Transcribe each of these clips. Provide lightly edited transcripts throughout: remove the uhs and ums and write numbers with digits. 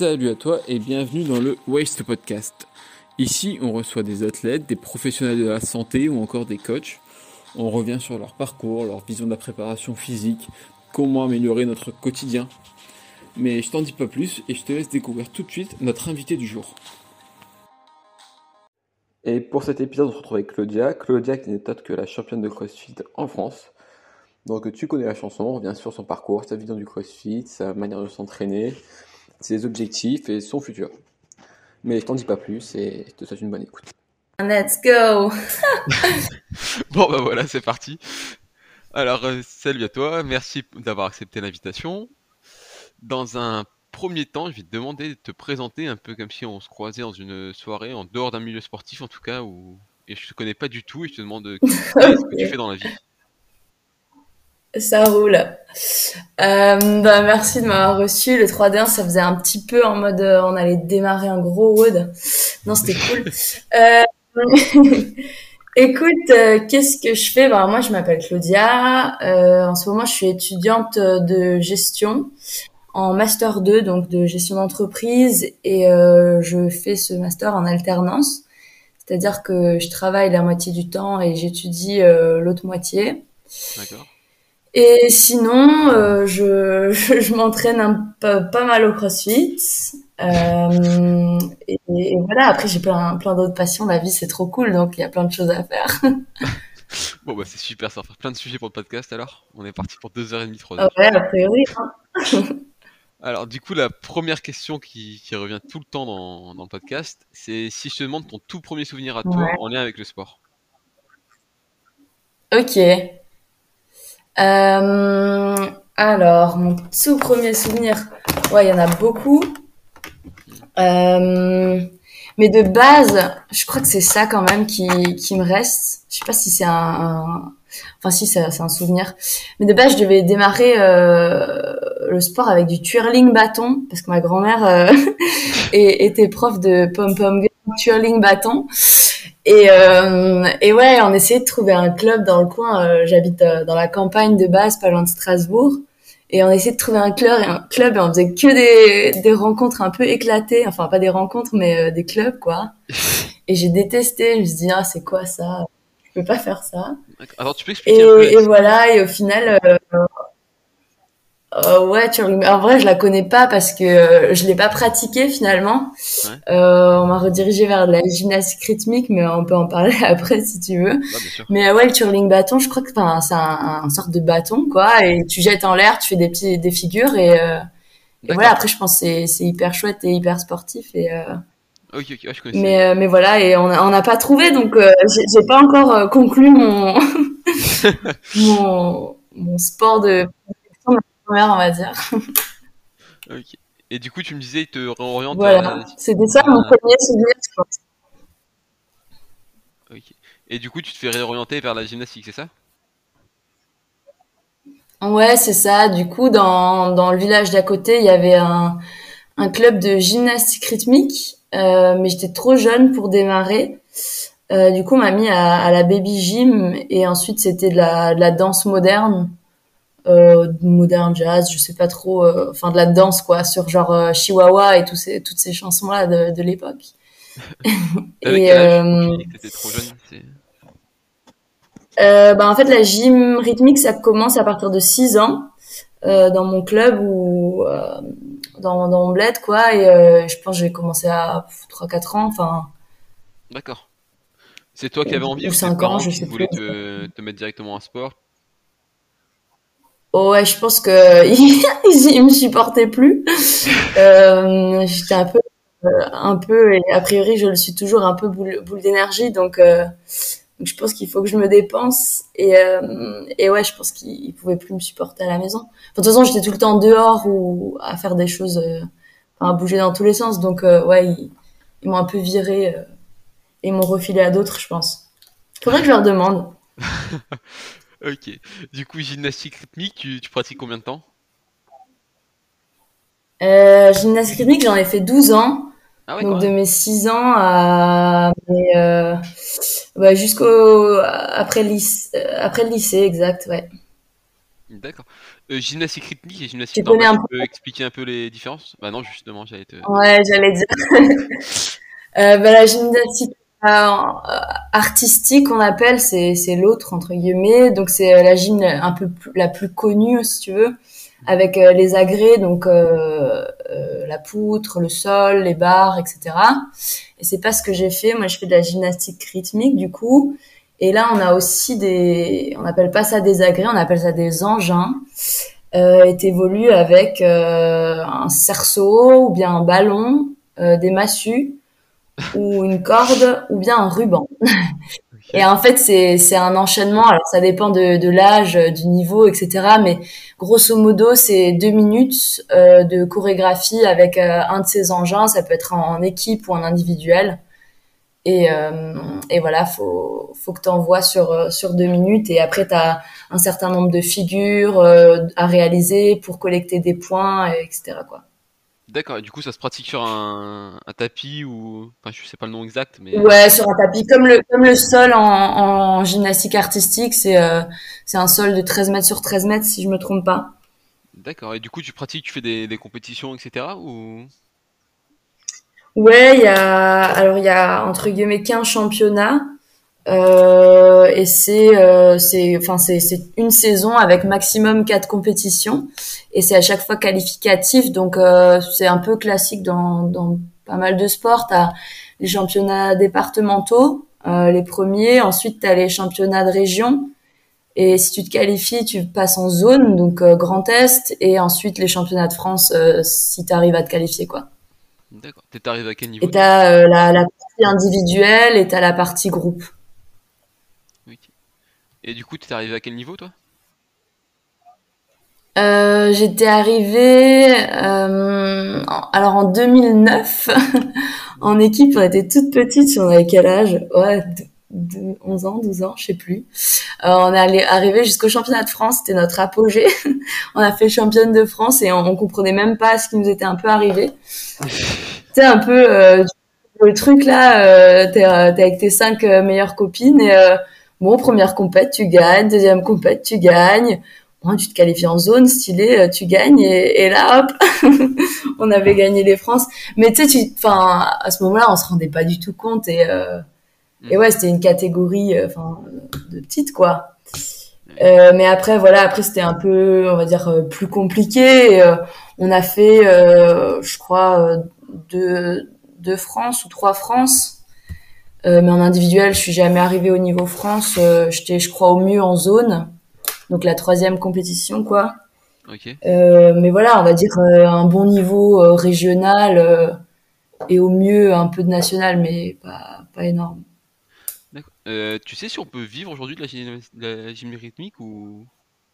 Salut à toi et bienvenue dans le Waste Podcast. Ici, on reçoit des athlètes, des professionnels de la santé ou encore des coachs. On revient sur leur parcours, leur vision de la préparation physique, comment améliorer notre quotidien. Mais je t'en dis pas plus et je te laisse découvrir tout de suite notre invité du jour. Et pour cet épisode, on se retrouve avec Claudia. Claudia qui n'est autre que la championne de CrossFit en France. Donc tu connais la chanson, on revient sur son parcours, sa vision du CrossFit, sa manière de s'entraîner, ses objectifs et son futur. Mais je t'en dis pas plus et je te souhaite une bonne écoute. Let's go. Bon bah voilà, c'est parti. Alors salut à toi, merci d'avoir accepté l'invitation. Dans un premier temps, je vais te demander de te présenter un peu comme si on se croisait dans une soirée en dehors d'un milieu sportif en tout cas et je te connais pas du tout et je te demande qui tu es et ce que tu fais dans la vie. Ça roule. Merci de m'avoir reçu. Le 3D1, ça faisait un petit peu en mode on allait démarrer un gros WOD. Non, c'était cool. Écoute, qu'est-ce que je fais? Moi, je m'appelle Claudia. En ce moment, je suis étudiante de gestion en master 2, donc de gestion d'entreprise, et je fais ce master en alternance. C'est-à-dire que je travaille la moitié du temps et j'étudie l'autre moitié. D'accord. Et sinon, je m'entraîne pas mal au CrossFit. Et voilà, après j'ai plein d'autres passions. La vie, c'est trop cool, donc il y a plein de choses à faire. Bon bah c'est super, ça va faire plein de sujets pour le podcast alors. On est parti pour 2h30, 3h. Ouais, a priori. Alors du coup la première question qui revient tout le temps dans le podcast, c'est si je te demande ton tout premier souvenir à toi Ouais. en lien avec le sport. Ok. Alors, mon tout premier souvenir, ouais, il y en a beaucoup. Mais de base, je crois que c'est ça quand même qui me reste. Je sais pas si c'est enfin si c'est un souvenir. Mais de base, je devais démarrer le sport avec du twirling bâton parce que ma grand-mère était prof de pom-pom girl, twirling bâton. Et ouais, on essayait de trouver un club dans le coin. J'habite dans la campagne de base, pas loin de Strasbourg. Et on essayait de trouver un club et on faisait que des rencontres un peu éclatées. Enfin, pas des rencontres, mais des clubs, quoi. Et j'ai détesté. Je me suis dit, ah, c'est quoi ça? Je peux pas faire ça. Alors tu peux expliquer un peu Et voilà. Et au final, ouais, en vrai, je la connais pas parce que je l'ai pas pratiquée finalement. Ouais, On m'a redirigée vers de la gymnastique rythmique, mais on peut en parler après si tu veux. ouais bien sûr. Mais ouais, le twirling bâton, je crois que c'est un sorte de bâton, quoi, et tu jettes en l'air, tu fais des figures, et voilà. D'accord. Après, je pense que c'est hyper chouette et hyper sportif, Ok, ouais, je connaissais. mais voilà, et on n'a pas trouvé, donc j'ai pas encore conclu mon sport de prédilection de ma première, on va dire. Ok. Et du coup, tu me disais, il te réoriente vers Voilà, c'était ça mon la- premier souvenir, je pense. Ok. Et du coup, tu te fais réorienter vers la gymnastique, c'est ça? Ouais, c'est ça. Du coup, dans le village d'à côté, il y avait un club de gymnastique rythmique, mais j'étais trop jeune pour démarrer. Du coup, on m'a mis à la baby gym et ensuite c'était de la danse moderne, moderne jazz, je sais pas trop, enfin de la danse quoi, sur genre Chihuahua et toutes ces chansons-là de l'époque. T'avais Et quel âge quand tu dis que t'étais trop jeune? en fait, la gym rythmique, ça commence à partir de 6 ans dans mon club ou dans mon bled quoi. Et je pense que j'ai commencé à 3 4 ans, enfin D'accord. C'est toi qui avais envie ou ou c'est tes 5 ans, parents je qui sais plus. voulaient te mettre directement à un sport? Oh ouais, je pense que ils me supportaient plus. J'étais un peu, et a priori je le suis toujours, un peu boule d'énergie, donc je pense qu'il faut que je me dépense. Et ouais, je pense qu'ils pouvaient plus me supporter à la maison. Enfin, de toute façon, j'étais tout le temps dehors ou à faire des choses, enfin, à bouger dans tous les sens. Donc ouais, ils m'ont un peu viré et m'ont refilé à d'autres, je pense. Faudrait que je leur demande. Ok. Du coup, gymnastique rythmique, tu pratiques combien de temps? Gymnastique rythmique, j'en ai fait 12 ans. Ah ouais, quand Donc de même. mes 6 ans à jusqu'au après le lycée, exact, ouais. D'accord. Gymnastique rythmique et gymnastique Tu connais normale, un tu peu? peux expliquer un peu les différences? Bah non, justement, j'allais te. Ouais, j'allais dire. La gymnastique artistique, on appelle, c'est l'autre entre guillemets. Donc c'est la gym un peu la plus connue, si tu veux, avec les agrès, donc la poutre, le sol, les barres, etc. Et c'est pas ce que j'ai fait. Moi, je fais de la gymnastique rythmique du coup. Et là, on a aussi on appelle pas ça des agrès, on appelle ça des engins. Et t'évolues avec un cerceau ou bien un ballon, des massues ou une corde ou bien un ruban. Et Ok. en fait, c'est un enchaînement. Alors, ça dépend de l'âge, du niveau, etc. Mais grosso modo, c'est 2 minutes de chorégraphie avec un de ces engins. Ça peut être en équipe ou en individuel. Et voilà, faut que tu envoies sur 2 minutes. Et après, tu as un certain nombre de figures à réaliser pour collecter des points, etc. quoi. D'accord. Et du coup, ça se pratique sur un tapis ou, enfin, je sais pas le nom exact, mais Ouais, sur un tapis. Comme le sol en gymnastique artistique, c'est un sol de 13 mètres sur 13 mètres, si je me trompe pas. d'accord. Et du coup, tu pratiques, tu fais des compétitions, etc. Ou Ouais, alors il y a entre guillemets 15 championnats. Et c'est une saison avec maximum 4 compétitions et c'est à chaque fois qualificatif, donc c'est un peu classique dans pas mal de sports. T'as les championnats départementaux, les premiers, ensuite t'as les championnats de région et si tu te qualifies tu passes en zone, donc Grand Est, et ensuite les championnats de France si t'arrives à te qualifier quoi. d'accord. T'es arrivé à quel niveau Et toi? t'as la partie individuelle et t'as la partie groupe. Ok. Et du coup, t'es arrivé à quel niveau toi? J'étais arrivée alors en 2009 en équipe. On était toute petite, on avait quel âge? Ouais, 11 ans, 12 ans, je sais plus. On est arrivé jusqu'au championnat de France, c'était notre apogée. On a fait championne de France et on comprenait même pas ce qui nous était un peu arrivé. Tu sais, un peu le truc là, t'es avec tes 5 meilleures copines et bon, première compète, tu gagnes, deuxième compète, tu gagnes. Bon, tu te qualifies en zone, stylé, tu gagnes et là, hop, on avait gagné les France. Mais tu sais, enfin, à ce moment-là, on se rendait pas du tout compte et Mhm. ouais, c'était une catégorie, enfin, de petite quoi. Ouais. Mais après, voilà, après c'était un peu, on va dire, plus compliqué. Et, on a fait, je crois, deux France ou 3 France. Mais en individuel, je suis jamais arrivée au niveau France. J'étais, je crois, au mieux en zone, donc la troisième compétition, quoi. Ok. Mais voilà, on va dire un bon niveau régional et au mieux un peu de national, mais pas énorme. D'accord. Tu sais si on peut vivre aujourd'hui de la gym rythmique ou?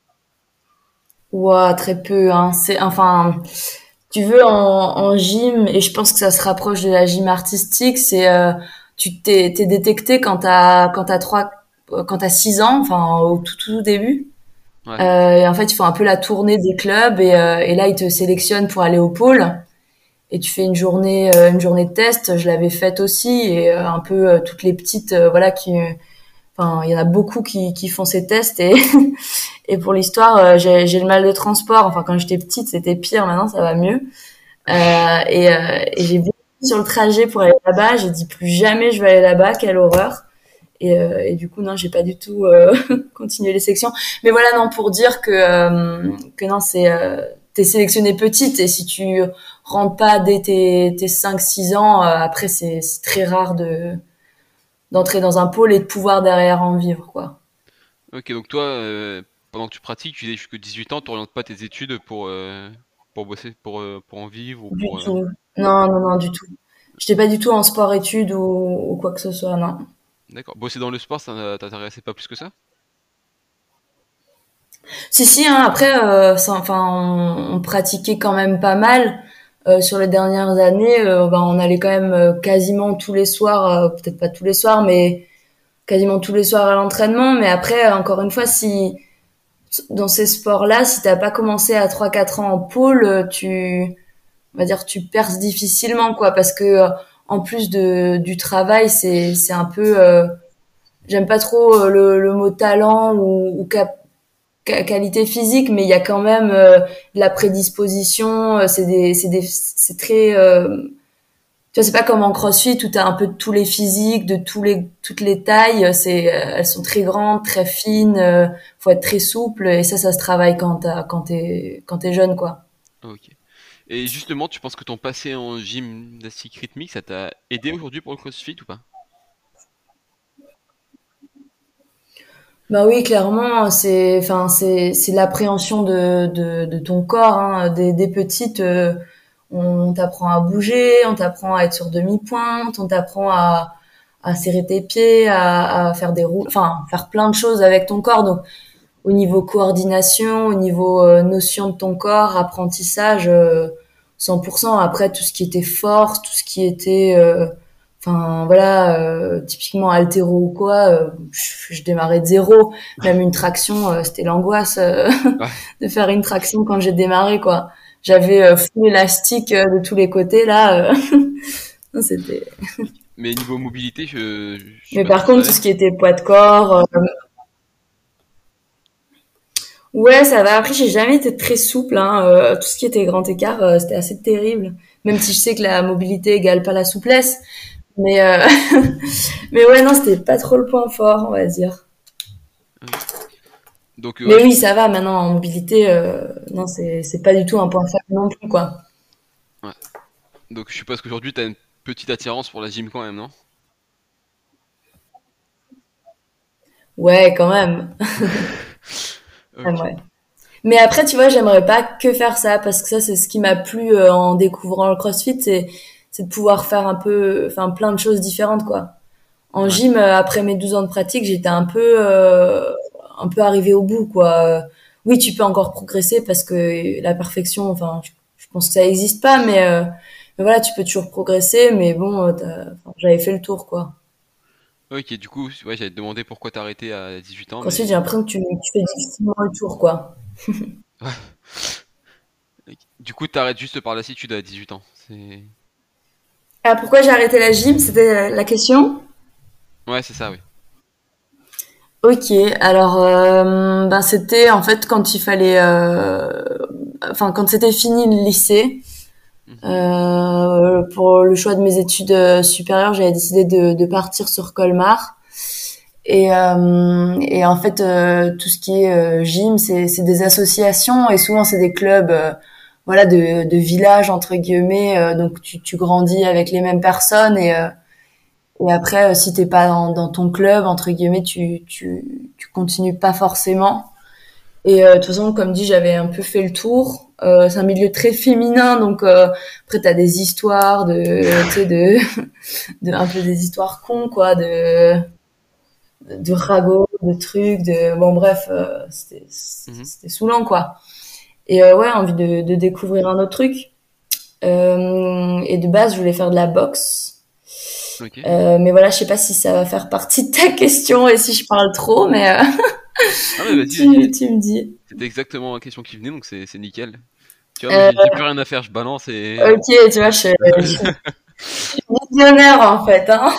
Ouah, très peu, hein. C'est, enfin, tu veux en gym, et je pense que ça se rapproche de la gym artistique, c'est t'es détecté quand t'as 6 ans, enfin au tout début. Ouais. Et en fait, ils font un peu la tournée des clubs et là ils te sélectionnent pour aller au pôle. Et tu fais une journée de test. Je l'avais faite aussi et un peu toutes les petites, voilà, enfin, il y en a beaucoup qui font ces tests et et pour l'histoire, j'ai le mal de transport. Enfin, quand j'étais petite, c'était pire. Maintenant, ça va mieux. Et j'ai vu sur le trajet pour aller là-bas, j'ai dit plus jamais je vais aller là-bas, quelle horreur. Et du coup, non, j'ai pas du tout continué les sections. Mais voilà, non, pour dire que non, t'es sélectionné petite et si tu rentres pas dès tes 5-6 ans, après c'est très rare d'entrer dans un pôle et de pouvoir derrière en vivre, quoi. Ok, donc toi, pendant que tu pratiques, tu dis jusque 18 ans, tu orientes pas tes études pour bosser, pour en vivre ou Du pour. tout. Non, non, non, du tout. J'étais pas du tout en sport-études ou quoi que ce soit, non. D'accord. Bosser dans le sport, ça t'intéressait pas plus que ça? Si, si, hein, après, enfin, on pratiquait quand même pas mal. Sur les dernières années, ben, on allait quand même quasiment tous les soirs, peut-être pas tous les soirs, mais quasiment tous les soirs à l'entraînement. Mais après, encore une fois, si dans ces sports-là, si t'as pas commencé à 3-4 ans en pôle, on va dire, tu perces difficilement, quoi, parce que en plus du travail, c'est un peu, j'aime pas trop le mot talent ou qualité physique, mais il y a quand même de la prédisposition. C'est très tu vois, c'est pas comme en CrossFit où t'as un peu de tous les physiques, toutes les tailles. Elles sont très grandes, très fines. Faut être très souple et ça se travaille quand t'es jeune, quoi. Ok. Et justement, tu penses que ton passé en gymnastique rythmique, ça t'a aidé aujourd'hui pour le CrossFit ou pas? Bah oui, clairement, c'est l'appréhension de ton corps, hein. Dès petite, on t'apprend à bouger, on t'apprend à être sur demi-pointe, on t'apprend à serrer tes pieds, à faire des roues, enfin, faire plein de choses avec ton corps. Donc, au niveau coordination, au niveau notion de ton corps, apprentissage, 100%. Après, tout ce qui était force, tout ce qui était, enfin voilà, typiquement haltéro ou quoi, je démarrais de zéro. Même une traction, c'était l'angoisse Ouais. de faire une traction quand j'ai démarré, quoi. J'avais full élastique de tous les côtés là. C'était. Mais niveau mobilité, je suis Mais pas par trop sûr contre, à tout ce l'aise. qui était poids de corps, ouais, ça va. Après, j'ai jamais été très souple, hein. Tout ce qui était grand écart, c'était assez terrible. Même si je sais que la mobilité égale pas la souplesse, mais mais ouais, non, c'était pas trop le point fort, on va dire. Ok. Donc, Mais ouais, oui, ça va maintenant en mobilité. Non, c'est pas du tout un point faible non plus, quoi. ouais. Donc, je suppose qu'aujourd'hui, t'as une petite attirance pour la gym quand même, non? Ouais, quand même. Quand même, Ok. ouais. Mais après, tu vois, j'aimerais pas que faire ça parce que ça, c'est ce qui m'a plu en découvrant le CrossFit, c'est de pouvoir faire un peu, enfin, plein de choses différentes, quoi. En Ouais. gym, après mes 12 ans de pratique, j'étais un peu arrivée au bout, quoi. Oui, tu peux encore progresser parce que la perfection, enfin, je pense que ça existe pas, mais voilà, tu peux toujours progresser, mais bon, enfin, j'avais fait le tour, quoi. Ok, du coup, ouais, j'allais te demander pourquoi t'as arrêté à 18 ans, Ensuite, j'ai mais. l'impression que tu fais difficilement le tour, quoi. Ok. Du coup, t'arrêtes juste par lassitude à 18 ans. Ah, pourquoi j'ai arrêté la gym? C'était la question? Ouais, c'est ça, oui. Ok, alors ben c'était en fait quand il fallait, enfin quand c'était fini le lycée, Mhm. pour le choix de mes études supérieures, j'avais décidé de partir sur Colmar. Et en fait, tout ce qui est gym, c'est des associations et souvent c'est des clubs, voilà, de villages entre guillemets. Donc tu grandis avec les mêmes personnes et après, si t'es pas dans ton club entre guillemets, tu continues pas forcément. Et de toute façon, comme dit, j'avais un peu fait le tour. C'est un milieu très féminin, donc après t'as des histoires tu sais, de un peu des histoires cons, quoi, de ragots, de trucs, bon bref, Mhm. c'était saoulant, quoi. Et ouais, envie de découvrir un autre truc. Et de base, je voulais faire de la boxe. Ok. Mais voilà, je sais pas si ça va faire partie de ta question et si je parle trop, mais Ah, mais vas-y, vas-y. tu me dis. C'était exactement la question qui venait, donc c'est nickel. Tu vois, moi, Euh, j'ai plus rien à faire, je balance et. ok, tu vois, je suis visionnaire en fait, hein.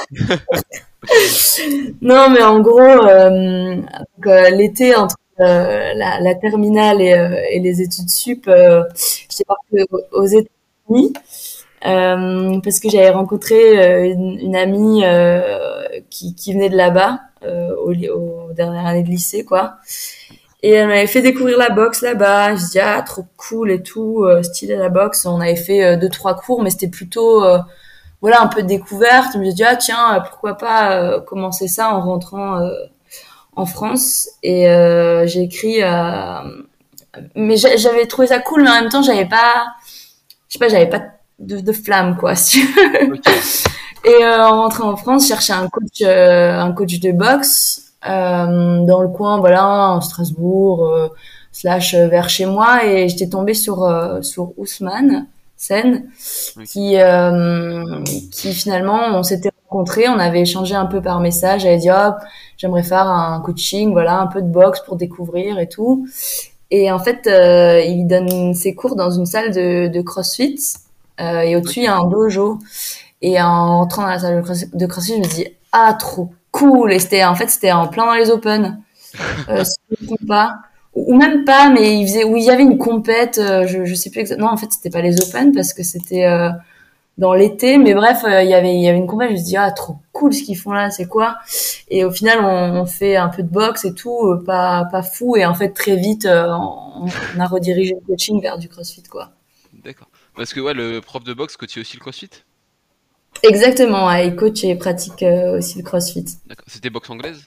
Non, mais en gros, donc, l'été entre la terminale et les études sup, j'étais partie aux États-Unis parce que j'avais rencontré une amie qui venait de là-bas aux dernières années de lycée, quoi. Et elle m'avait fait découvrir la boxe là-bas. Je dis ah trop cool et tout, stylé la boxe. On avait fait deux trois cours, mais c'était plutôt voilà un peu de découverte. Je me suis dit ah tiens pourquoi pas commencer ça en rentrant en France. Et j'ai écrit mais j'avais trouvé ça cool, mais en même temps je sais pas, j'avais pas de flamme quoi. Si tu veux. Ok. Et en rentrant en France, je cherchais un coach de boxe dans le coin, voilà, en Strasbourg, slash vers chez moi, et j'étais tombée sur Ousmane Sen, Ok. qui finalement, on s'était rencontrés, on avait échangé un peu par message, j'avais dit, hop, j'aimerais faire un coaching, voilà, un peu de boxe pour découvrir et tout. Et en fait, il donne ses cours dans une salle de CrossFit, et au-dessus, il y Ok. a un dojo. Et en rentrant dans la salle de CrossFit, je me dis ah trop cool. Et c'était en fait c'était en plein dans les Open, si je ne me trompe pas. ou même pas, mais où il y avait une compète, je sais plus exactement. Non, en fait, c'était pas les Open parce que c'était dans l'été, mais bref, il y avait une compète. Je me suis dit ah trop cool ce qu'ils font là, c'est quoi? Et au final, on fait un peu de boxe et tout, pas fou. Et en fait, très vite, on a redirigé le coaching vers du CrossFit, quoi. D'accord. Parce que ouais, le prof de boxe coachait aussi le CrossFit? Exactement, ouais, il coach et pratique aussi le CrossFit. D'accord. C'était boxe anglaise?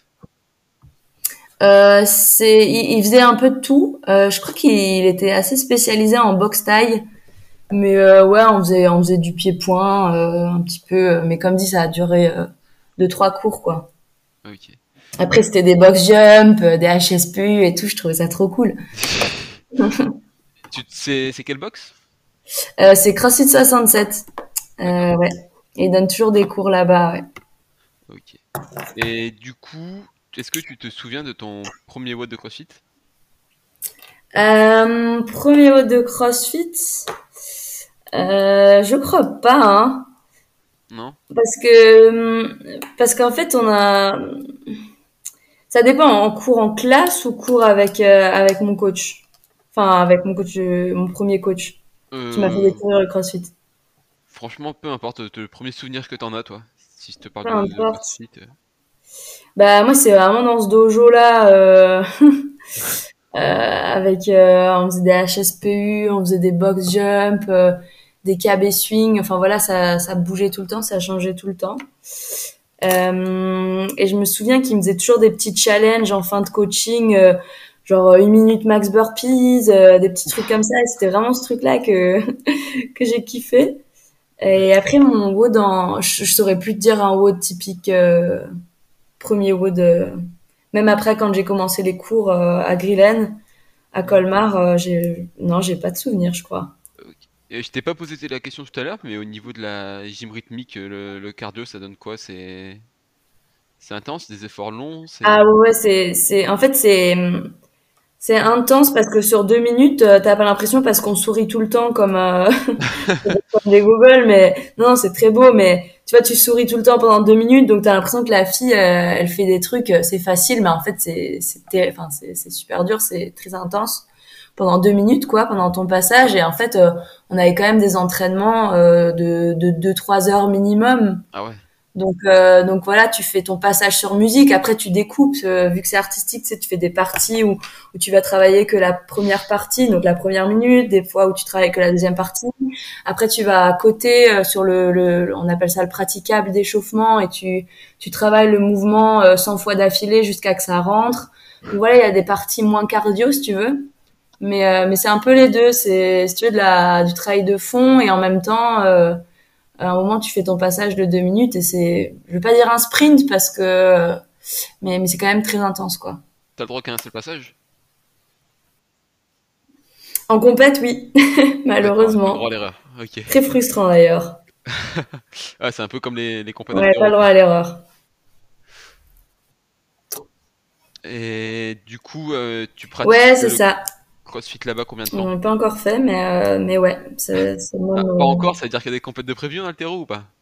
Il faisait un peu de tout. Je crois qu'il était assez spécialisé en boxe thaï. Mais ouais, on faisait du pied-point un petit peu. Mais comme dit, ça a duré 2-3 cours, quoi. Ok. Après, c'était des box jump, des HSPU et tout. Je trouvais ça trop cool. C'est quelle boxe? C'est CrossFit 67. D'accord. Ouais. Et ils donnent toujours des cours là-bas, ouais. Ok. Et du coup, est-ce que tu te souviens de ton premier WOD de CrossFit? Premier mode de CrossFit, je crois pas, hein. Non? Parce qu'en fait, ça dépend, en cours en classe ou cours avec mon coach. Enfin, avec mon coach, mon premier coach, qui m'a fait Euh, découvrir le CrossFit. Franchement, peu importe le premier souvenir que t'en as, toi. Si je te parle Peu de importe. CrossFit. Bah, moi, c'est vraiment dans ce dojo-là, on faisait des HSPU, on faisait des box jump, des KB swing. Enfin, voilà, ça bougeait tout le temps, ça changeait tout le temps. Et je me souviens qu'il me faisait toujours des petits challenges en fin de coaching, genre 1 minute max burpees, des petits trucs comme ça. Et c'était vraiment ce truc-là que que j'ai kiffé. Et après mon WOD, je saurais plus te dire un WOD typique, premier WOD. Même après quand j'ai commencé les cours à Grillen, à Mhm. Colmar, non, j'ai pas de souvenir, je crois. Ok. Et je t'ai pas posé la question tout à l'heure, mais au niveau de la gym rythmique, le cardio, ça donne quoi? C'est intense, des efforts longs, Ah c'est... ouais, ouais, en fait, c'est intense parce que sur 2 minutes, t'as pas l'impression parce qu'on sourit tout le temps comme, comme des Google, mais non, c'est très beau, mais tu vois, tu souris tout le temps pendant 2 minutes, donc t'as l'impression que la fille, elle fait des trucs, c'est facile, mais en fait, enfin, c'est super dur, c'est très intense pendant 2 minutes, quoi, pendant ton passage, et en fait, on avait quand même des entraînements de 2-3 heures minimum. Ah ouais. Donc voilà, tu fais ton passage sur musique. Après, tu découpes, vu que c'est artistique, tu sais, tu fais des parties où tu vas travailler que la première partie, donc la première minute, des fois où tu travailles que la deuxième partie. Après, tu vas à côté sur on appelle ça le praticable d'échauffement, et tu travailles le mouvement 100 fois d'affilée jusqu'à que ça rentre. Donc voilà, il y a des parties moins cardio si tu veux, mais c'est un peu les deux. C'est si tu veux du travail de fond et en même temps. À un moment, tu fais ton passage de 2 minutes et je vais pas dire un sprint mais c'est quand même très intense, quoi. T'as le droit qu'à un seul passage? En compète, oui, D'accord, pas le droit à malheureusement. l'erreur. Ok. Très frustrant d'ailleurs. Ah, c'est un peu comme les compètes Ouais, pas d'haltéro, le droit quoi. à l'erreur. Et du coup, tu pratiques Ouais, c'est le ça. CrossFit là-bas combien de On temps? n'a pas encore fait, mais ouais, c'est Ah, pas mon... encore, ça veut dire qu'il y a des compètes de prévues en haltéro ou pas?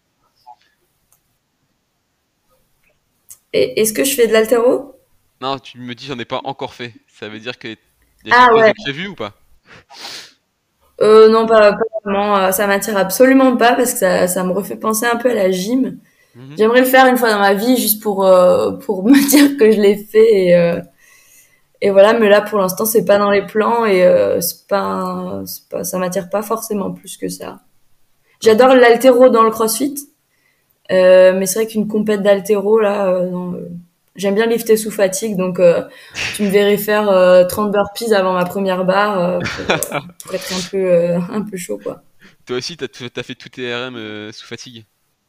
Est-ce que je fais de l'haltéro? Non, tu me dis j'en ai pas encore fait. Ça veut dire qu'il y a Ah quelque chose de ouais. prévu ou pas? Non, pas vraiment. Ça m'attire absolument pas parce que ça me refait penser un peu à la gym. Mhm. J'aimerais le faire une fois dans ma vie juste pour me dire que je l'ai fait et voilà, mais là pour l'instant c'est pas dans les plans et ça m'attire pas forcément plus que ça. Ok. J'adore l'haltéro dans le CrossFit, mais c'est vrai qu'une compète d'haltéro là, non, j'aime bien lifter sous fatigue, donc tu me verrais faire 30 burpees avant ma première barre pour être un peu chaud quoi. Toi aussi, t'as fait tous tes RM sous fatigue.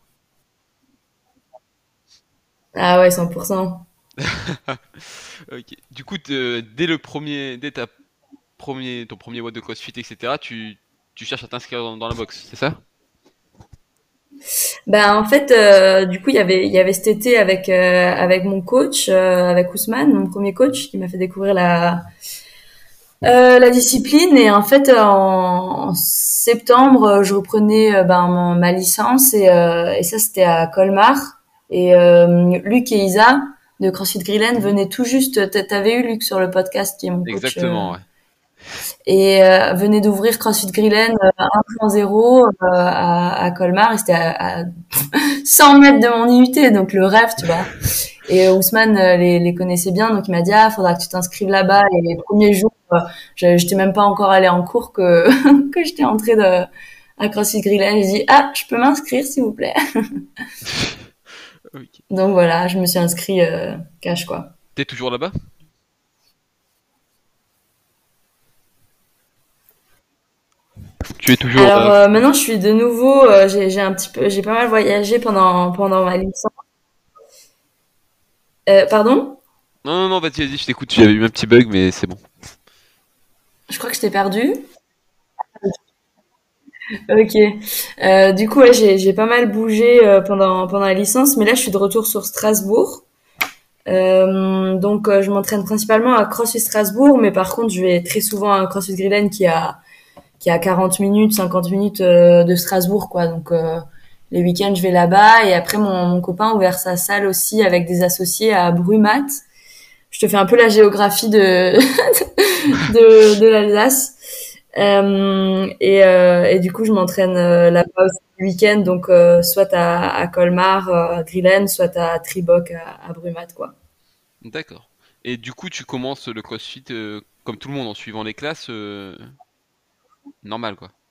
Ah ouais, 100%. Ok. Du coup, dès ton premier WOD de CrossFit, etc., tu cherches à t'inscrire dans la boxe, c'est ça? Ben en fait, du coup, il y avait cet été avec mon coach, avec Ousmane, mon premier coach, qui m'a fait découvrir la discipline. Et en fait, en septembre, je reprenais ma licence et ça c'était à Colmar. Et Luc et Isa, de CrossFit Grillen venait tout juste. T'avais eu Luc sur le podcast, qui est mon coach. Exactement, ouais. Et venait d'ouvrir CrossFit Grillen 1.0 à Colmar. Et c'était à 100 mètres de mon IUT, donc le rêve, tu vois. Et Ousmane les connaissait bien, donc il m'a dit faudra que tu t'inscrives là-bas. Et les premiers jours, j'étais même pas encore allée en cours que que j'étais entrée à CrossFit Grillen. J'ai dit je peux m'inscrire s'il vous plaît. Ok. Donc voilà, je me suis inscrit cash quoi. T'es toujours là-bas? Tu es toujours. Alors maintenant je suis de nouveau, j'ai pas mal voyagé pendant ma licence. Pardon? Non, non, non, vas-y, je t'écoute. J'avais eu un petit bug, mais c'est bon. Je crois que je t'ai perdu. Ok. Du coup, ouais, j'ai pas mal bougé pendant la licence, mais là, je suis de retour sur Strasbourg. Donc, je m'entraîne principalement à CrossFit Strasbourg, mais par contre, je vais très souvent à CrossFit Grillen qui a 40 minutes, 50 minutes de Strasbourg, quoi. Donc, les week-ends, je vais là-bas. Et après, mon copain a ouvert sa salle aussi avec des associés à Brumat. Je te fais un peu la géographie de l'Alsace. Et du coup, je m'entraîne là-bas aussi le week-end, donc soit à Colmar, à Grillen, soit à Triboc, à Brumat, quoi. D'accord. Et du coup, tu commences le CrossFit comme tout le monde en suivant les classes normal, quoi.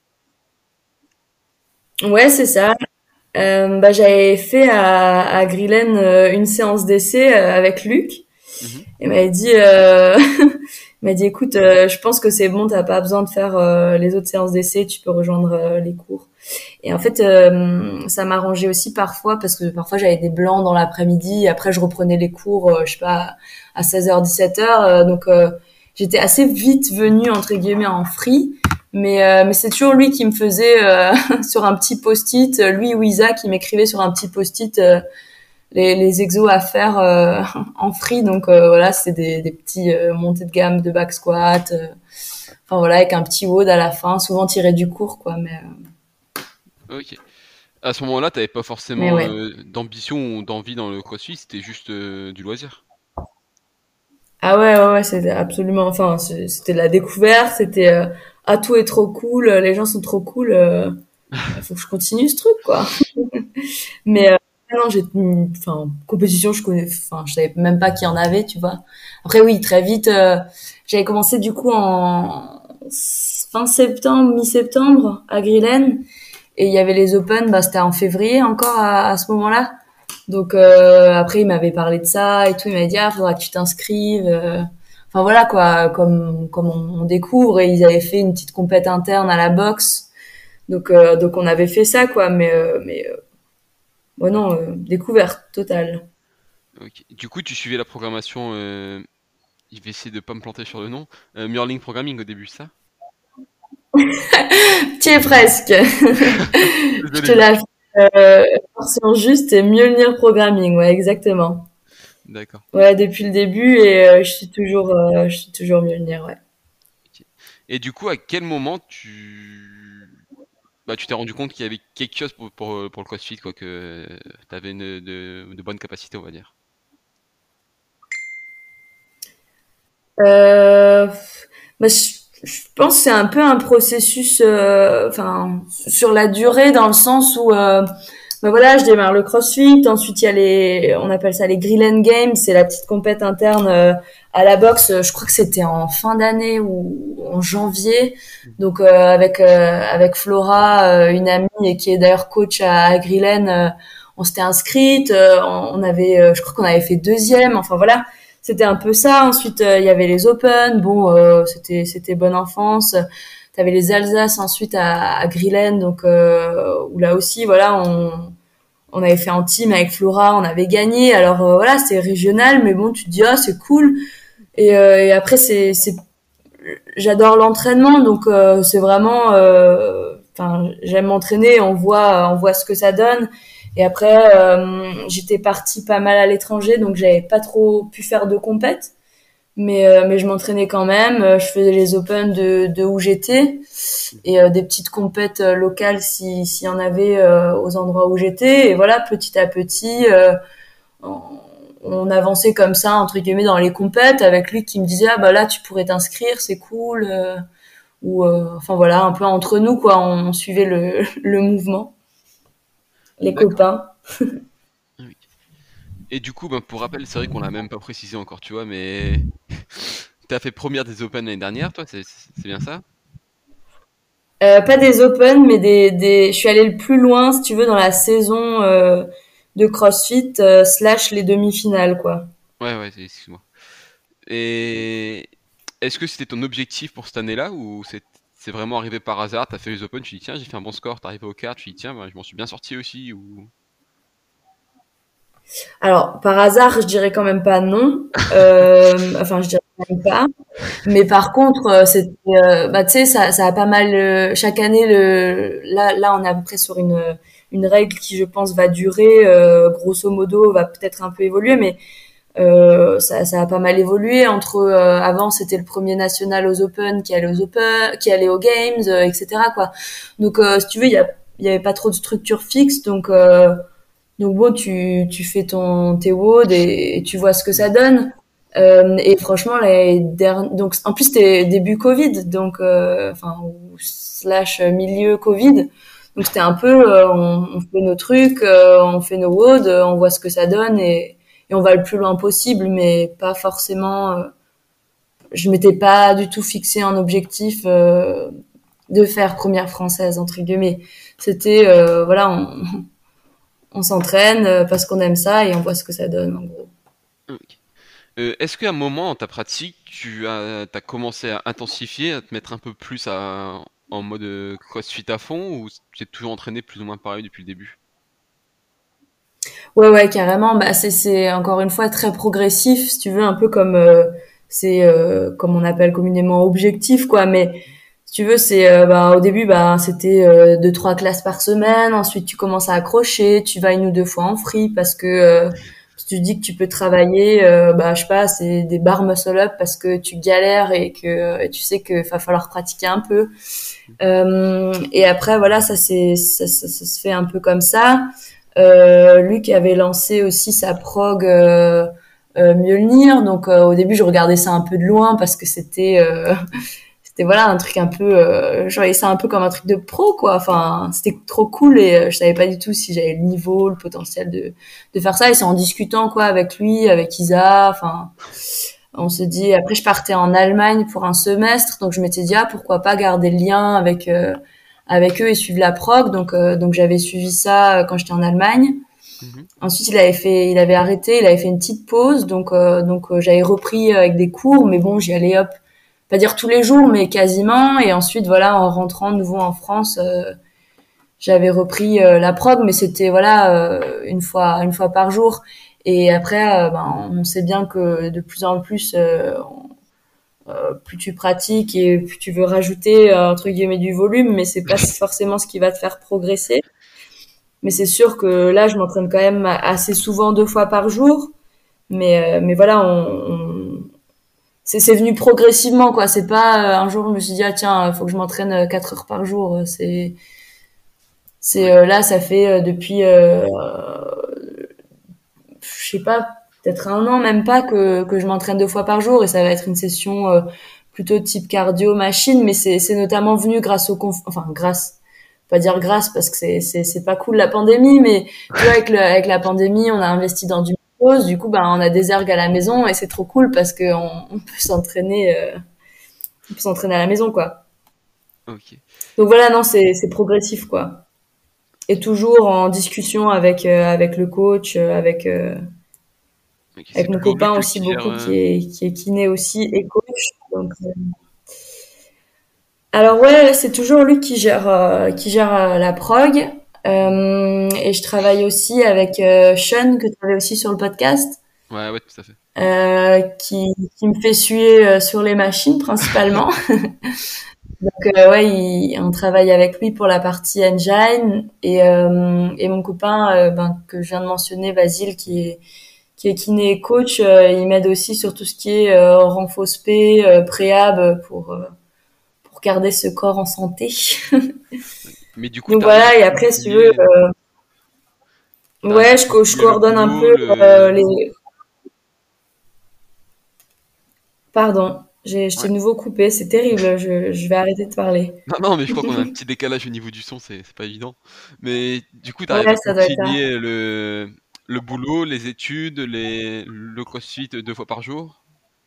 Ouais, c'est ça. Bah, j'avais fait à Grillen une séance d'essai avec Luc. Mhm. Il m'avait dit, il m'a dit, écoute, je pense que c'est bon, t'as pas besoin de faire les autres séances d'essai, tu peux rejoindre les cours. Et en fait, ça m'arrangeait aussi parfois parce que parfois j'avais des blancs dans l'après-midi. Et après, je reprenais les cours, je sais pas, à 16h, 17h. Donc, j'étais assez vite venue, entre guillemets, en free. Mais c'est toujours lui qui me faisait sur un petit post-it, lui ou Isa qui m'écrivait sur un petit post-it les exos à faire en free. Donc voilà, c'est des petits montées de gamme de back squat. Enfin voilà, avec un petit WOD à la fin, souvent tiré du cours, quoi. Ok. À ce moment-là, t'avais pas Mais forcément ouais. d'ambition ou d'envie dans le CrossFit, c'était juste du loisir. Ah ouais, c'était absolument. Enfin, c'était de la découverte. C'était tout est trop cool. Les gens sont trop cool. Faut que je continue ce truc, quoi. Mais non, enfin, compétition, enfin, je savais même pas qu'il y en avait, tu vois. Après, oui, très vite, j'avais commencé du coup en fin septembre, mi-septembre à Grillen, et il y avait les Open, bah, c'était en février encore à ce moment-là. Donc après, il m'avait parlé de ça et tout, il m'avait dit faudra que tu t'inscrives. Enfin voilà quoi, comme on découvre, et ils avaient fait une petite compète interne à la boxe. Donc on avait fait ça quoi, mais ouais, non, découverte totale. Ok. Du coup, tu suivais la programmation. Je vais essayer de pas me planter sur le nom. Murling Programming au début, ça? Tu y es presque. Je Désolé, te la fais version juste et mieux lire programming, ouais, exactement. d'accord. Ouais, depuis le début et je suis toujours mieux lire, ouais. Ok. Et du coup, à quel moment bah, tu t'es rendu compte qu'il y avait quelque chose pour le CrossFit, quoi, que tu avais de bonnes capacités, on va dire. Euh, bah, je pense que c'est un peu un processus, enfin, sur la durée, dans le sens où, bah voilà, je démarre le CrossFit, ensuite il y a on appelle ça les Grillen Games, c'est la petite compète interne à la boxe. Je crois que c'était en fin d'année ou en janvier. Donc avec Flora, une amie et qui est d'ailleurs coach à Grillen, on s'était inscrite, on avait, je crois qu'on avait fait deuxième. Enfin voilà, c'était un peu ça. Ensuite, il y avait les Open. Bon, c'était bonne enfance. T'avais les Alsace ensuite à Grillen, donc où là aussi, voilà, on avait fait en team avec Flora, on avait gagné. Alors voilà, c'est régional, mais bon, tu te dis c'est cool. Et après, j'adore l'entraînement, donc c'est vraiment, enfin, j'aime m'entraîner. On voit ce que ça donne. Et après, j'étais partie pas mal à l'étranger, donc j'avais pas trop pu faire de compète. Mais je m'entraînais quand même. Je faisais les Open de où j'étais et des petites compètes locales s'il y en avait aux endroits où j'étais. Et voilà, petit à petit, on avançait comme ça entre guillemets dans les compètes avec lui qui me disait ah bah là tu pourrais t'inscrire, c'est cool. Ou enfin voilà, un peu entre nous quoi, on suivait le mouvement, les D'accord. copains. Oui. Et du coup, ben, pour rappel, c'est vrai qu'on l'a même pas précisé encore, tu vois, mais t'as fait première des Open l'année dernière, toi, c'est bien ça? Pas des Open, mais je suis allée le plus loin, si tu veux, dans la saison de CrossFit slash les demi-finales, quoi. Ouais, ouais, excuse-moi. Et est-ce que c'était ton objectif pour cette année-là ou c'est vraiment arrivé par hasard, t'as fait les Open, tu dis tiens, j'ai fait un bon score, t'es arrivé au quart, tu dis tiens, ben, je m'en suis bien sorti aussi ou... Alors, par hasard, je dirais quand même pas non. Enfin, je dirais quand même pas. Mais par contre, c'était, bah, tu sais, ça a pas mal. Chaque année, là, on est à peu près sur une règle qui, je pense, va durer. Grosso modo, va peut-être un peu évoluer, mais ça a pas mal évolué. Entre avant, c'était le premier national aux Open qui allait aux Games, etc. quoi. Donc, si tu veux, il y avait pas trop de structure fixe, donc bon, tu fais tes WOD et tu vois ce que ça donne. Et franchement, donc en plus c'était début Covid, donc enfin ou slash milieu Covid, donc c'était un peu on fait nos trucs, on fait nos WOD, on voit ce que ça donne et on va le plus loin possible, mais pas forcément. Je m'étais pas du tout fixé un objectif de faire première française entre guillemets. C'était voilà, on s'entraîne parce qu'on aime ça et on voit ce que ça donne en gros. Ok. Est-ce qu'à un moment dans ta pratique, t'as commencé à intensifier, à te mettre un peu plus en mode CrossFit à fond ou tu t'es toujours entraîné plus ou moins pareil depuis le début? Ouais, ouais, carrément. Bah, c'est encore une fois très progressif, si tu veux, un peu comme c'est comme on appelle communément objectif, quoi. Mais si tu veux, c'est bah, au début, bah, c'était 2, 3 classes par semaine. Ensuite, tu commences à accrocher. Tu vas 1 ou 2 fois en free parce que si tu dis que tu peux travailler, bah, je sais pas, c'est des barres muscle up parce que tu galères et que tu sais que va falloir pratiquer un peu. Et après, voilà, ça se fait un peu comme ça. Luc avait lancé aussi sa prog Mjolnir, donc au début je regardais ça un peu de loin parce que c'était voilà un truc un peu je voyais ça un peu comme un truc de pro quoi, enfin c'était trop cool et je savais pas du tout si j'avais le niveau, le potentiel de faire ça et c'est en discutant quoi avec lui, avec Isa, enfin on se dit après je partais en Allemagne pour un semestre donc je m'étais dit ah pourquoi pas garder le lien avec eux et suivre la prog donc j'avais suivi ça quand j'étais en Allemagne. Mhm. Ensuite il avait arrêté, il avait fait une petite pause donc j'avais repris avec des cours mais bon j'y allais hop pas dire tous les jours mais quasiment et ensuite voilà en rentrant de nouveau en France j'avais repris la prog mais c'était voilà une fois par jour et après ben on sait bien que de plus en plus plus tu pratiques et plus tu veux rajouter entre guillemets du volume mais c'est pas forcément ce qui va te faire progresser mais c'est sûr que là je m'entraîne quand même assez souvent 2 fois par jour mais voilà c'est venu progressivement quoi c'est pas un jour je me suis dit ah tiens faut que je m'entraîne 4 heures par jour c'est Oui. là ça fait depuis je sais pas peut-être un an même pas que je m'entraîne 2 fois par jour et ça va être une session plutôt type cardio machine mais c'est notamment venu grâce enfin grâce pas dire grâce parce que c'est pas cool la pandémie mais tu vois avec la pandémie on a investi dans du pause du coup ben on a des ergs à la maison et c'est trop cool parce que on peut s'entraîner à la maison quoi. Ok. Donc voilà non c'est progressif quoi et toujours en discussion avec le coach Ok. C'est avec mon toujours copain Luc aussi qui gère. beaucoup qui est kiné aussi et coach donc alors ouais c'est toujours lui qui gère la prog et je travaille aussi avec Sean que tu avais aussi sur le podcast Ouais, ouais, tout à fait. qui me fait suer sur les machines principalement. Donc ouais, on travaille avec lui pour la partie engine et mon copain ben, que je viens de mentionner, Basile, qui est kiné et coach, il m'aide aussi sur tout ce qui est renfo spé, préhab pour garder ce corps en santé. Mais du coup, Donc t'arrives à voilà, et après si tu veux, concilier, t'arrives ouais, à je concilier le coordonne un boulot, peu le. les Pardon, je t'ai Ouais. de nouveau coupé, c'est terrible, je vais arrêter de parler. Non, non, mais je crois qu'on a un petit décalage au niveau du son, c'est pas évident. Mais du coup, tu arrives Ouais, à ça doit être ça. concilier le boulot, les études, le crossfit 2 fois par jour?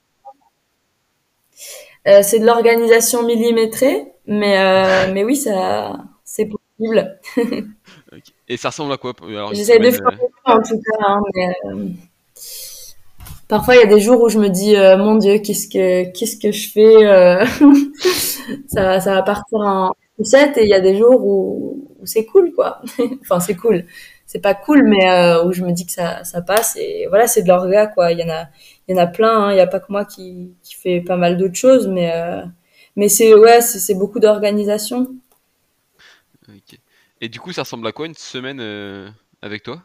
C'est de l'organisation millimétrée, mais oui, ça, c'est possible. Ok. Et ça ressemble à quoi? Alors, une J'essaie de semaine. faire au mieux, en tout cas, hein, mais parfois il y a des jours où je me dis, mon Dieu, qu'est-ce que je fais ça va partir en sucette, et il y a des jours où c'est cool, quoi. Enfin, c'est cool. C'est pas cool, mais où je me dis que ça passe, et voilà, c'est de l'orga, quoi. Il y en a plein, hein. Il y a pas que moi qui fait pas mal d'autres choses, mais c'est, ouais, c'est beaucoup d'organisation. Ok. Et du coup, ça ressemble à quoi une semaine avec toi?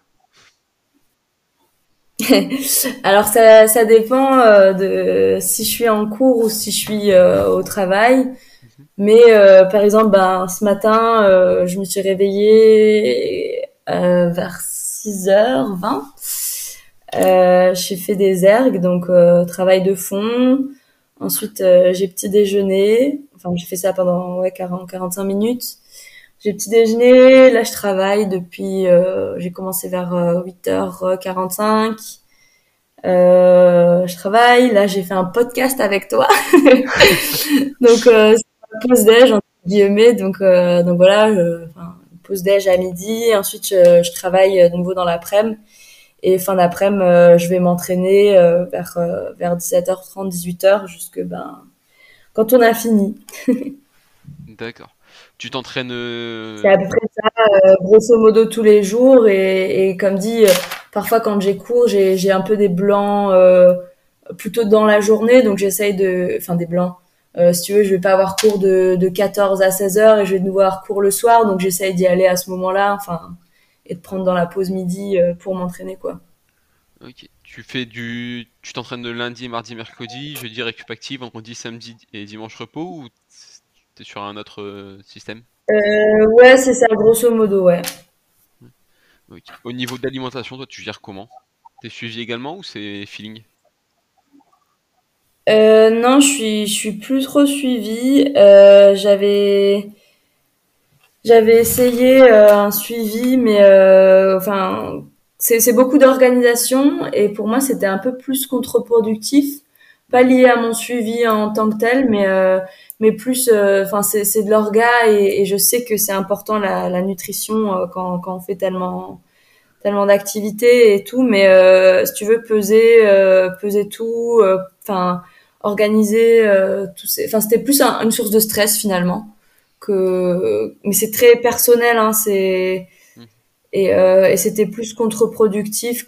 Alors ça dépend de si je suis en cours ou si je suis au travail. Mhm. Mais par exemple, ben ce matin, je me suis réveillée vers 6h20. J'ai fait des ergs, donc travail de fond. Ensuite, j'ai petit déjeuner. Enfin, j'ai fait ça pendant, ouais, 40-45 minutes. J'ai petit déjeuner. Là, je travaille depuis. J'ai commencé vers 8h45. Je travaille. Là, j'ai fait un podcast avec toi. Donc, c'est une pause déj, entre guillemets. Donc voilà, enfin, une pause déj à midi. Ensuite, je travaille de nouveau dans l'après-midi. Et fin d'après-midi, je vais m'entraîner vers 17h30, 18h, jusque ben, quand on a fini. D'accord. Tu t'entraînes. C'est à peu près ça, grosso modo, tous les jours. Et comme dit, parfois quand j'ai cours, j'ai un peu des blancs plutôt dans la journée. Donc j'essaye de... Enfin, des blancs. Si tu veux, je vais pas avoir cours de 14 à 16h, et je vais de nouveau avoir cours le soir. Donc j'essaye d'y aller à ce moment-là. Enfin, et de prendre dans la pause midi pour m'entraîner, quoi. Ok. Tu t'entraînes de lundi, mardi, mercredi, jeudi récup active, vendredi, samedi et dimanche repos ou t'es sur un autre système? Ouais, c'est ça, grosso modo, ouais. Ok. Au niveau d'alimentation, toi, tu gères comment? T'es suivi également ou c'est feeling? Non, je suis plus trop suivie. J'avais essayé un suivi, mais enfin, c'est beaucoup d'organisation, et pour moi, c'était un peu plus contre-productif. Pas lié à mon suivi en tant que tel, mais plus, enfin, c'est de l'orga, et je sais que c'est important la nutrition quand on fait tellement d'activités et tout, mais si tu veux peser tout, enfin organiser enfin c'était plus une source de stress finalement, mais c'est très personnel, hein, Hmm. et c'était plus contre-productif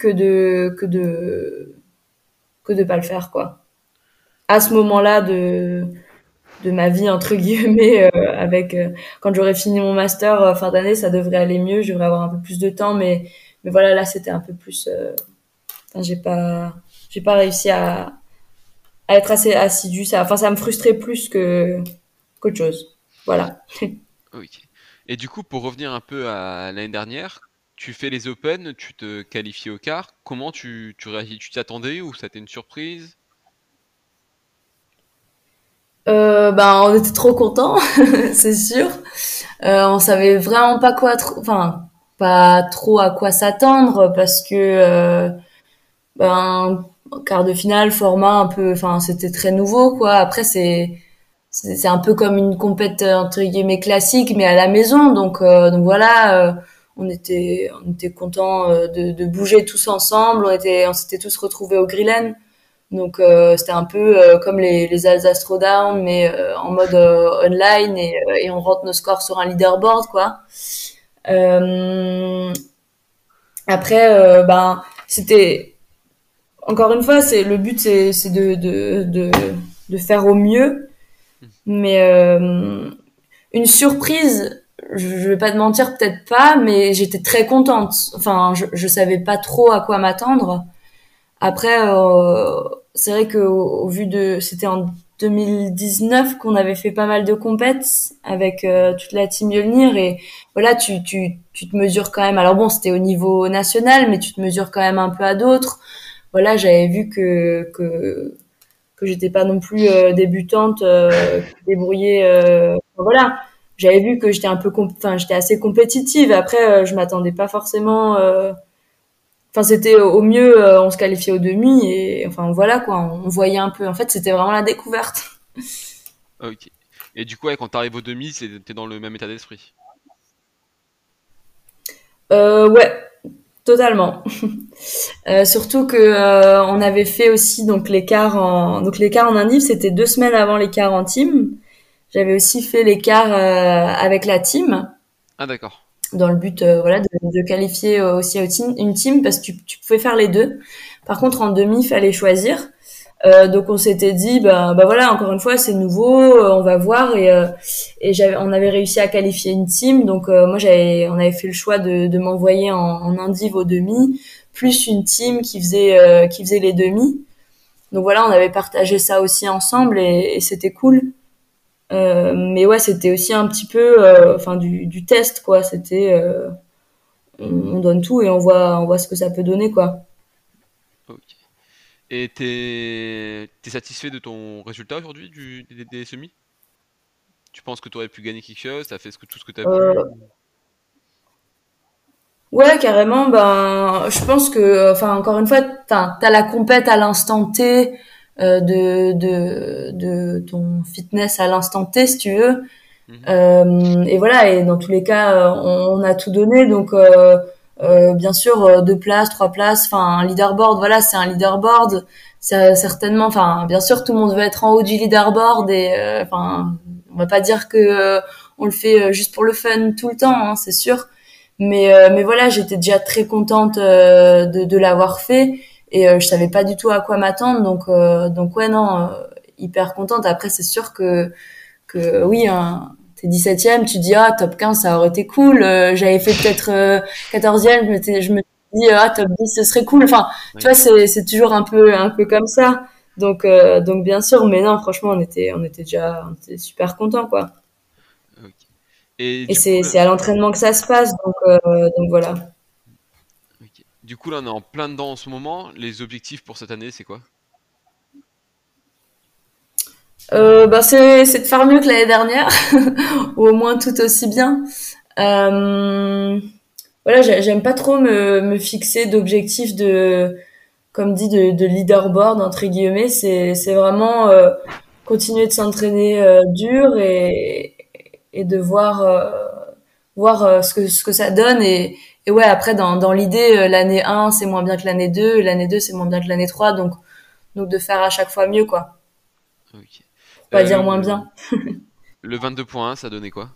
que de pas le faire, quoi, à ce moment-là de ma vie, entre guillemets, avec quand j'aurai fini mon master fin d'année, ça devrait aller mieux, je devrais avoir un peu plus de temps, mais voilà, là c'était un peu plus enfin, j'ai pas réussi à être assez assidue. Enfin, ça me frustrait plus qu'autre chose. Voilà. Ok. Et du coup, pour revenir un peu à l'année dernière, tu fais les Open, tu te qualifies au quart. Comment tu réagis? Tu t'y attendais ou ça a été une surprise? Ben, on était trop contents, c'est sûr. On savait vraiment pas enfin, pas trop à quoi s'attendre, parce que, ben, quart de finale, format un peu, enfin, c'était très nouveau, quoi. Après, c'est un peu comme une compète entre guillemets classique, mais à la maison. Donc voilà, on était contents de bouger tous ensemble. On s'était tous retrouvés au Grillen. Donc c'était un peu comme les Alsace Throwdown, mais en mode online, et on rentre nos scores sur un leaderboard, quoi. Euh, Après, ben c'était encore une fois, c'est le but, c'est de faire au mieux. Hmm. Mais une surprise, je vais pas te mentir, peut-être pas, mais j'étais très contente. Enfin, je savais pas trop à quoi m'attendre. Après, c'est vrai que au vu c'était en 2019 qu'on avait fait pas mal de compètes avec toute la team Mjolnir, et voilà, tu te mesures quand même. Alors bon, c'était au niveau national, mais tu te mesures quand même un peu à d'autres. Voilà, j'avais vu que j'étais pas non plus débutante, débrouillée. Voilà, j'avais vu que j'étais j'étais assez compétitive. Après, je m'attendais pas forcément. Enfin, c'était au mieux, on se qualifiait au demi et enfin voilà quoi, on voyait un peu. En fait, c'était vraiment la découverte. Ok. Et du coup, ouais, quand t'arrives au demi, t'es dans le même état d'esprit. Ouais, totalement. Surtout que on avait fait aussi donc l'écart en indiv, c'était 2 semaines avant l'écart en team. J'avais aussi fait l'écart avec la team Ah, d'accord. dans le but voilà de qualifier aussi une team parce que tu pouvais faire les deux. Par contre en demi, il fallait choisir. Donc on s'était dit bah voilà encore une fois c'est nouveau, on va voir et on avait réussi à qualifier une team donc on avait fait le choix de m'envoyer en indiv au demi plus une team qui faisait les demi. Donc voilà on avait partagé ça aussi ensemble et c'était cool. Mais ouais c'était aussi un petit peu enfin du test quoi, c'était on donne tout et on voit ce que ça peut donner quoi. Ok. Et t'es satisfait de ton résultat aujourd'hui des semis? Tu penses que t'aurais pu gagner quelque chose? T'as fait tout ce que t'as pu? Euh, Ouais, carrément. Ben, je pense que, enfin, encore une fois, t'as la compète à l'instant T de ton fitness à l'instant T, si tu veux. Mhm. Et voilà. Et dans tous les cas, on a tout donné. Donc, bien sûr, 2 places, 3 places. Enfin, un leaderboard. Voilà, c'est un leaderboard. C'est certainement. Enfin, bien sûr, tout le monde veut être en haut du leaderboard. Et enfin, on va pas dire que on le fait juste pour le fun tout le temps, hein, c'est sûr. Mais voilà, j'étais déjà très contente de l'avoir fait et je savais pas du tout à quoi m'attendre donc ouais non hyper contente. Après c'est sûr que oui hein, t'es 17e, tu dis ah top 15 ça aurait été cool. J'avais fait peut-être 14e, je me dis ah top 10 ce serait cool. Enfin tu Oui. vois c'est toujours un peu comme ça. Donc bien sûr mais non franchement on était super contents quoi. Ok. Et Et du coup, c'est à l'entraînement que ça se passe donc voilà. ok. Du coup, là, on est en plein dedans en ce moment. Les objectifs pour cette année, c'est quoi? Bah c'est de faire mieux que l'année dernière ou au moins tout aussi bien. Euh, voilà, j'aime pas trop me fixer d'objectifs comme dit de leaderboard entre guillemets. C'est vraiment continuer de s'entraîner dur et de voir ce que ça donne et ouais après dans l'idée l'année 1 c'est moins bien que l'année 2 c'est moins bien que l'année 3 donc de faire à chaque fois mieux quoi, Ok. pour pas dire moins bien. Le 22.1, ça donnait quoi?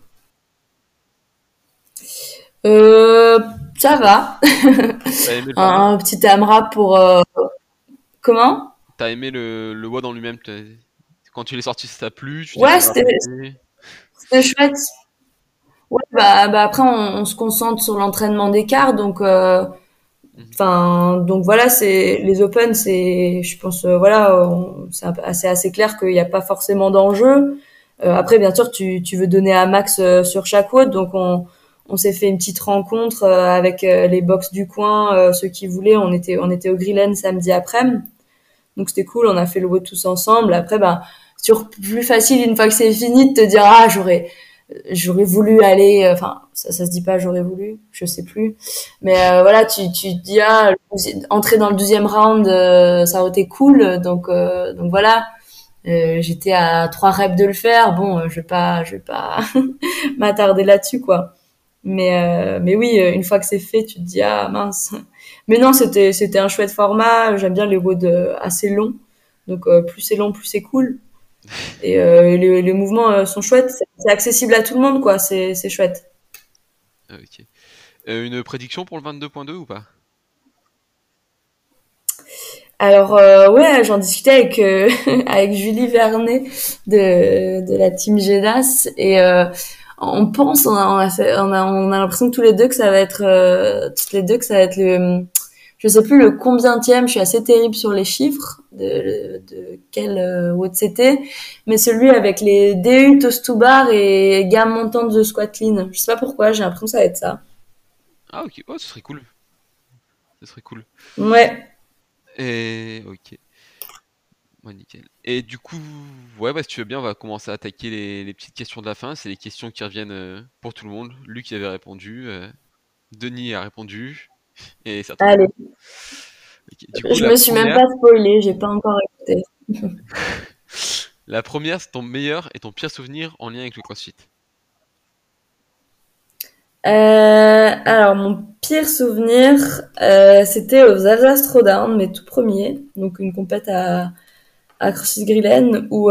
Euh, ça va. T'as aimé le format? Un petit AMRAP pour comment? T'as aimé le WOD en lui-même? Quand tu l'es sorti, ça t'a plu? Tu t'es Ouais, fait c'était répéter? c'était chouette. Ouais, bah après on se concentre sur l'entraînement d'écart Mhm. donc voilà, c'est les Open, c'est je pense voilà, c'est assez clair qu'il n'y a pas forcément d'enjeu. Après bien sûr tu veux donner un max sur chaque WOD donc on s'est fait une petite rencontre avec les box du coin, ceux qui voulaient, on était au Grillen samedi après-midi. Donc c'était cool, on a fait le WOD tous ensemble. Après, bah, c'est toujours plus facile une fois que c'est fini de te dire ah j'aurais voulu aller. Enfin ça se dit pas j'aurais voulu, je sais plus. Mais voilà, tu te dis ah entrer dans le 12e round, ça aurait été cool. Donc voilà. J'étais à 3 reps de le faire. Bon, je vais pas m'attarder là-dessus quoi. Mais oui, une fois que c'est fait, tu te dis ah mince. Mais non, c'était un chouette format. J'aime bien les WOD assez longs. Donc plus c'est long, plus c'est cool. Et les mouvements sont chouettes. C'est accessible à tout le monde, quoi. C'est chouette. Ok. Une prédiction pour le 22.2 ou pas? Alors ouais, j'en discutais avec avec Julie Vernet de la team GEDAS et on pense, on a l'impression que tous les deux que ça va être toutes les deux que ça va être je sais plus le combientième, je suis assez terrible sur les chiffres de quel WOD c'était, mais celui avec les DU, toast to bar et gamme montante de squat clean. Je sais pas pourquoi, j'ai l'impression que ça va être ça. Ah, ok. Oh, ce serait cool. Ce serait cool. Ouais. Et ok. Ouais, nickel. Et du coup, ouais, bah, si tu veux bien, on va commencer à attaquer les petites questions de la fin. C'est les questions qui reviennent pour tout le monde. Luc y avait répondu, Denis a répondu, et c'est à ton tour. Allez, Ok. Du coup, je me suis même pas spoilée, j'ai pas encore écouté. la première, c'est ton meilleur et ton pire souvenir en lien avec le CrossFit. Alors, mon pire souvenir, c'était aux Alsace Throwdown, mes tout premiers, donc une compète à CrossFit Grillen, où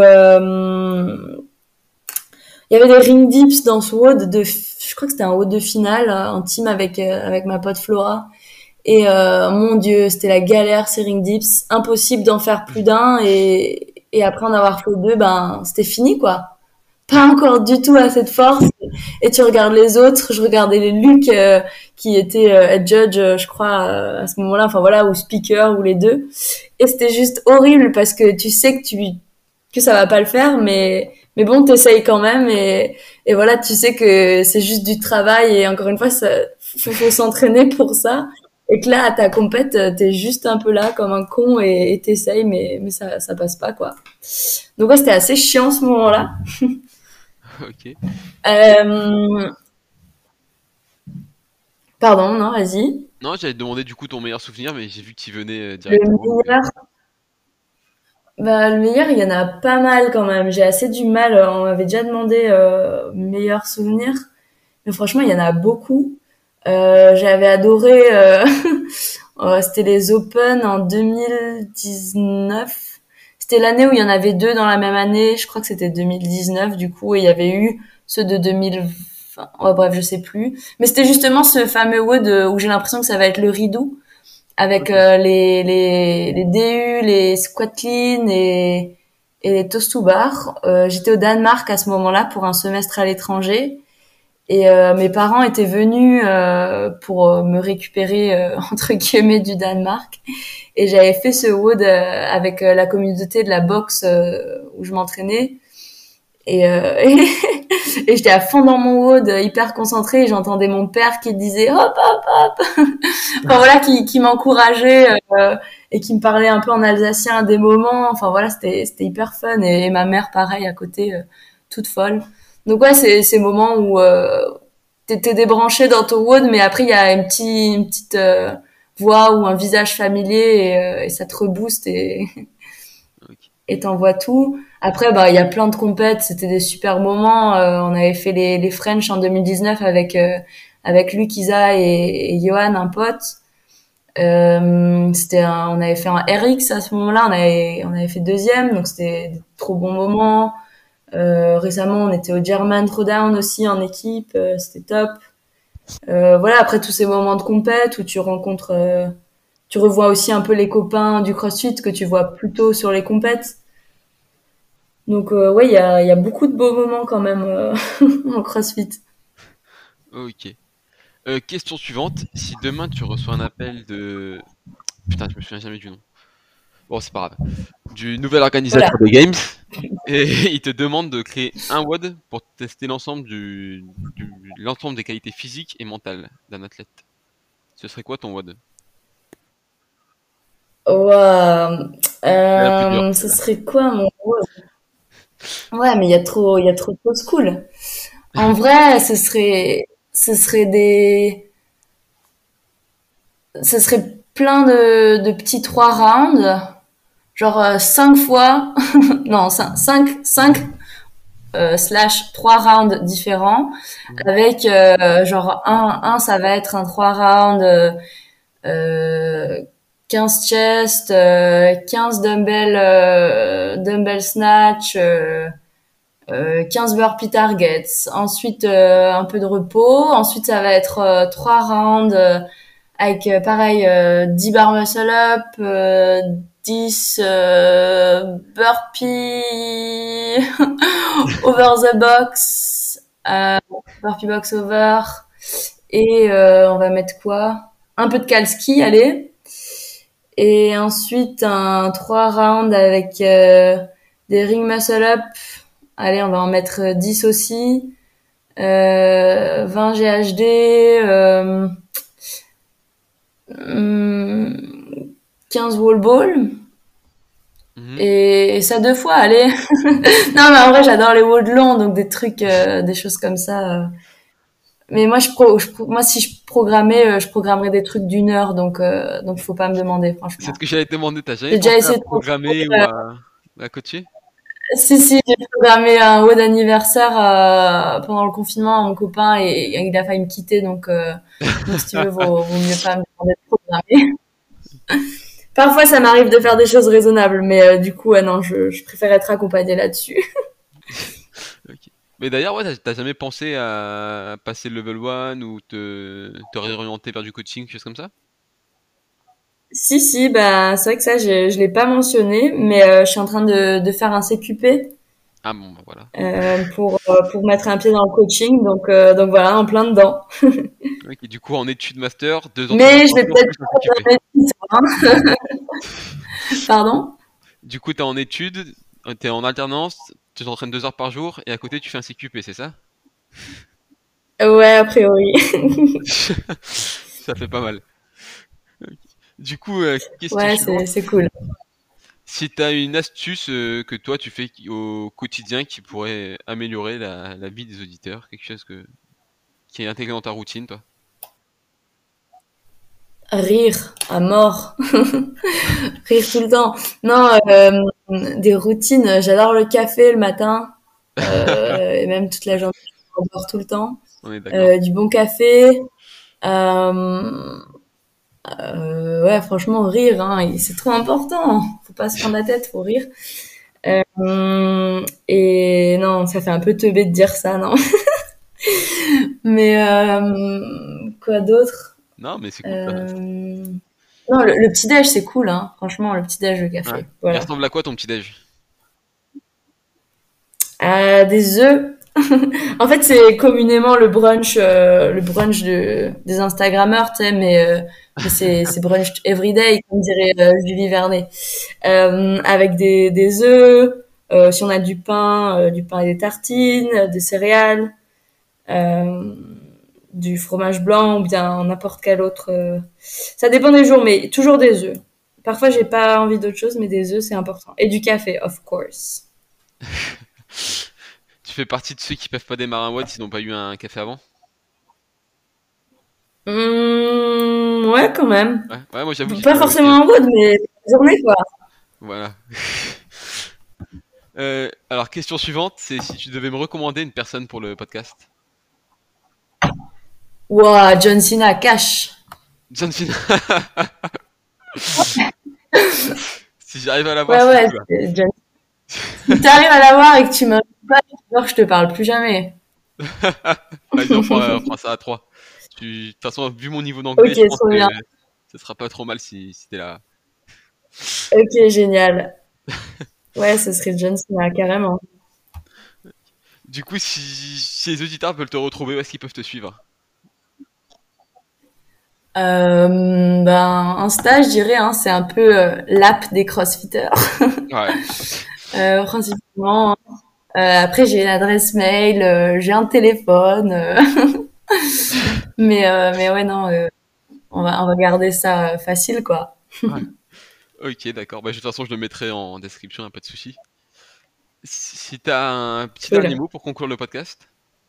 il y avait des ring dips dans ce WOD je crois que c'était un WOD de finale, en team avec ma pote Flora. Et mon Dieu, c'était la galère ces ring dips, impossible d'en faire plus d'un et après en avoir fait deux, ben c'était fini quoi. Pas encore du tout assez de force. Et tu regardes les autres, je regardais les Luc qui étaient head judge, je crois à ce moment-là, enfin voilà, ou speaker ou les deux. Et c'était juste horrible parce que tu sais que ça va pas le faire, mais bon, t'essayes quand même et voilà, tu sais que c'est juste du travail et encore une fois, faut s'entraîner pour ça. Et que là, à ta compète, t'es juste un peu là comme un con et t'essayes, mais ça passe pas, quoi. Donc ouais, c'était assez chiant ce moment-là. Ok. Euh, Pardon, non, vas-y. Non, j'allais te demander du coup ton meilleur souvenir, mais j'ai vu que tu venais Le directement. meilleur, bah, le meilleur, il y en a pas mal quand même. J'ai assez du mal. On m'avait déjà demandé meilleur souvenir. Mais franchement, il y en a beaucoup. J'avais adoré. C'était les Open en 2019. C'était l'année où il y en avait deux dans la même année. Je crois que c'était 2019 du coup. Et il y avait eu ceux de 2020. Ouais, bref, je sais plus. Mais c'était justement ce fameux WOD où j'ai l'impression que ça va être le Ridou avec Ok. les DU, les squat clean et les toast to bar. J'étais au Danemark à ce moment-là pour un semestre à l'étranger. Et mes parents étaient venus pour me récupérer entre guillemets du Danemark. Et j'avais fait ce WOD avec la communauté de la boxe où je m'entraînais. Et, et j'étais à fond dans mon WOD, hyper concentrée. Et j'entendais mon père qui disait hop hop hop. Enfin voilà, qui m'encourageait et qui me parlait un peu en alsacien à des moments. Enfin voilà, c'était hyper fun. Et ma mère pareil à côté, toute folle. Donc ouais, c'est ces moments où t'es débranché dans ton WOD, mais après il y a une petite voix ou un visage familier et ça te rebooste Ok. et t'envoies tout. Après bah il y a plein de compètes, c'était des super moments. On avait fait les French en 2019 avec Luc, Isa et Johan, un pote. On avait fait un RX à ce moment-là, on avait fait deuxième, donc c'était des trop bons moments. Récemment, on était au German Throwdown aussi en équipe, c'était top. Voilà, après tous ces moments de compète où tu rencontres, tu revois aussi un peu les copains du CrossFit que tu vois plutôt sur les compètes. Donc ouais, il y a beaucoup de beaux moments quand même en CrossFit. Ok. Question suivante. Si demain tu reçois un appel de... Putain, je me souviens jamais du nom. Bon, c'est pas grave. Du nouvel Voilà. organisateur des Games, et il te demande de créer un WOD pour tester l'ensemble l'ensemble des qualités physiques et mentales d'un athlète. Ce serait quoi ton WOD? Wow. C'est la plus dure, Ce celle-là. serait quoi mon rôle? Ouais, mais il y a trop de choses cool. En vrai, ce serait ce serait plein de petits 3 rounds, genre 5 fois, non, cinq slash 3 rounds différents, Mhm. avec genre un ça va être un 3 rounds, euh, 15 chest, 15 dumbbell snatch, 15 burpee targets. Ensuite, un peu de repos. Ensuite, ça va être 3 rounds avec pareil 10 bar muscle up, 10 burpee over the box, burpee box over et on va mettre quoi? Un peu de cal ski, allez. Et ensuite un 3 rounds avec des ring muscle up. Allez, on va en mettre 10 aussi. 20 GHD, 15 wall ball. Mhm. Et ça 2 fois, allez. Non, mais en vrai, j'adore les WOD longs, donc des trucs, des choses comme ça. Mais moi, moi, si je programmais, je programmerais des trucs d'1 heure, donc faut pas me demander, C'est ce franchement. que j'allais te demander. T'as jamais J'ai déjà pensé à essayé de programmer programmer, ou à coacher? si, j'ai programmé un WOD anniversaire pendant le confinement à mon copain et il a failli me quitter, donc si tu veux, vaut mieux pas me demander de programmer. Parfois, ça m'arrive de faire des choses raisonnables, mais du coup, ouais, non, je préfère être accompagnée là-dessus. Ok. Mais d'ailleurs, ouais, t'as jamais pensé à passer le level 1 ou te réorienter vers du coaching, quelque chose comme ça? Si, si, bah, c'est vrai que ça, je l'ai pas mentionné, mais je suis en train de faire un CQP Ah bon, bah voilà. pour mettre un pied dans le coaching, donc voilà, en plein dedans. Ok, du coup, en études master, 2 entraînements Mais je par vais jour, peut-être plus un pas CQP. programmer tout ça, hein. Pardon? Du coup, t'es en études, t'es en alternance, tu t'entraînes 2 heures par jour et à côté, tu fais un CQP, c'est ça? Ouais, a priori. Ça fait pas mal. Ok. Du coup, question Ouais, suivante. c'est cool. Si tu as une astuce que toi tu fais au quotidien qui pourrait améliorer la vie des auditeurs, quelque chose qui est intégré dans ta routine, toi. Rire à mort. Rire tout le temps. Non, des routines. J'adore le café le matin, et même toute la journée. Je boire tout le temps. On est d'accord. Du bon café. Euh, ouais, franchement, rire, hein, c'est trop important. Faut pas se prendre la tête, faut rire. Et non, ça fait un peu teubé de dire ça, non. Mais quoi d'autre? Non, mais c'est cool ça. euh... Non, le petit-déj, c'est cool, hein. Franchement, le petit-déj, le Ouais. café. Il Voilà. ressemble à quoi ton petit déj? Des œufs. En fait, c'est communément le brunch des Instagrammeurs, tu sais, mais c'est brunch everyday, comme dirait Julie Vernet. Avec des œufs, si on a du pain et des tartines, des céréales, euh, du fromage blanc ou bien n'importe quel autre. Ça dépend des jours, mais toujours des œufs. Parfois, j'ai pas envie d'autre chose, mais des œufs, c'est important. Et du café, of course. Tu fais partie de ceux qui peuvent pas démarrer un WOD s'ils n'ont pas eu un café avant? Ouais, quand même. Ouais, ouais, moi j'avoue que j'y Pas suis arrivé aussi, forcément hein. en mode, mais la journée, quoi. Voilà. Alors, question suivante, c'est si tu devais me recommander une personne pour le podcast. Ouah, John Cena, cash. John Cena. Si j'arrive à l'avoir, Ouais, c'est ouais, tout là. c'est John. Si t'arrives à l'avoir et que tu m'invites pas, je te parle plus jamais. Vas-y, on fera ça à 3. De toute façon, vu mon niveau d'anglais, Ok, je pense trop que bien. ce sera pas trop mal si t'es là. Ok, génial. Ouais, ce serait John Cena, carrément. Du coup, si les auditeurs veulent te retrouver, où est-ce qu'ils peuvent te suivre? Ben, Insta, je dirais, hein, c'est un peu l'app des crossfitters, Ouais. principalement. Après, j'ai une adresse mail, j'ai un téléphone, mais ouais, non, on va garder ça facile, quoi. Ouais. Ok, d'accord. Bah, de toute façon, je le mettrai en description, y a pas de souci. Si t'as un petit dernier Cool. mot pour conclure le podcast.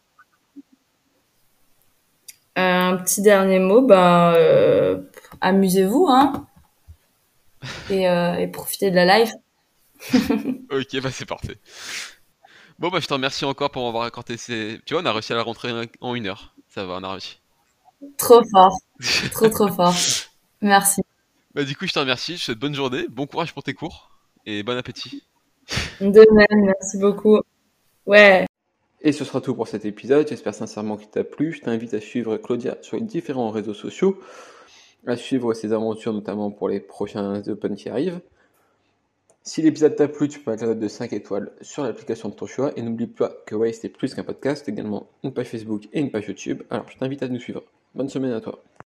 Un petit dernier mot, ben, amusez-vous, hein, et profitez de la life. Ok, bah c'est parfait. Bon, bah je te remercie encore pour m'avoir accordé ces... Tu vois, on a réussi à la rentrer en 1 heure. Ça va, on a réussi. Trop fort, trop trop fort. Merci. Bah du coup, je te remercie, je te souhaite bonne journée, bon courage pour tes cours, et bon appétit. De même, merci beaucoup. Ouais. Et ce sera tout pour cet épisode, j'espère sincèrement qu'il t'a plu. Je t'invite à suivre Claudia sur les différents réseaux sociaux, à suivre ses aventures notamment pour les prochains Open qui arrivent. Si l'épisode t'a plu, tu peux mettre la note de 5 étoiles sur l'application de ton choix, et n'oublie pas que Waste est plus qu'un podcast, également une page Facebook et une page YouTube, alors je t'invite à nous suivre. Bonne semaine à toi.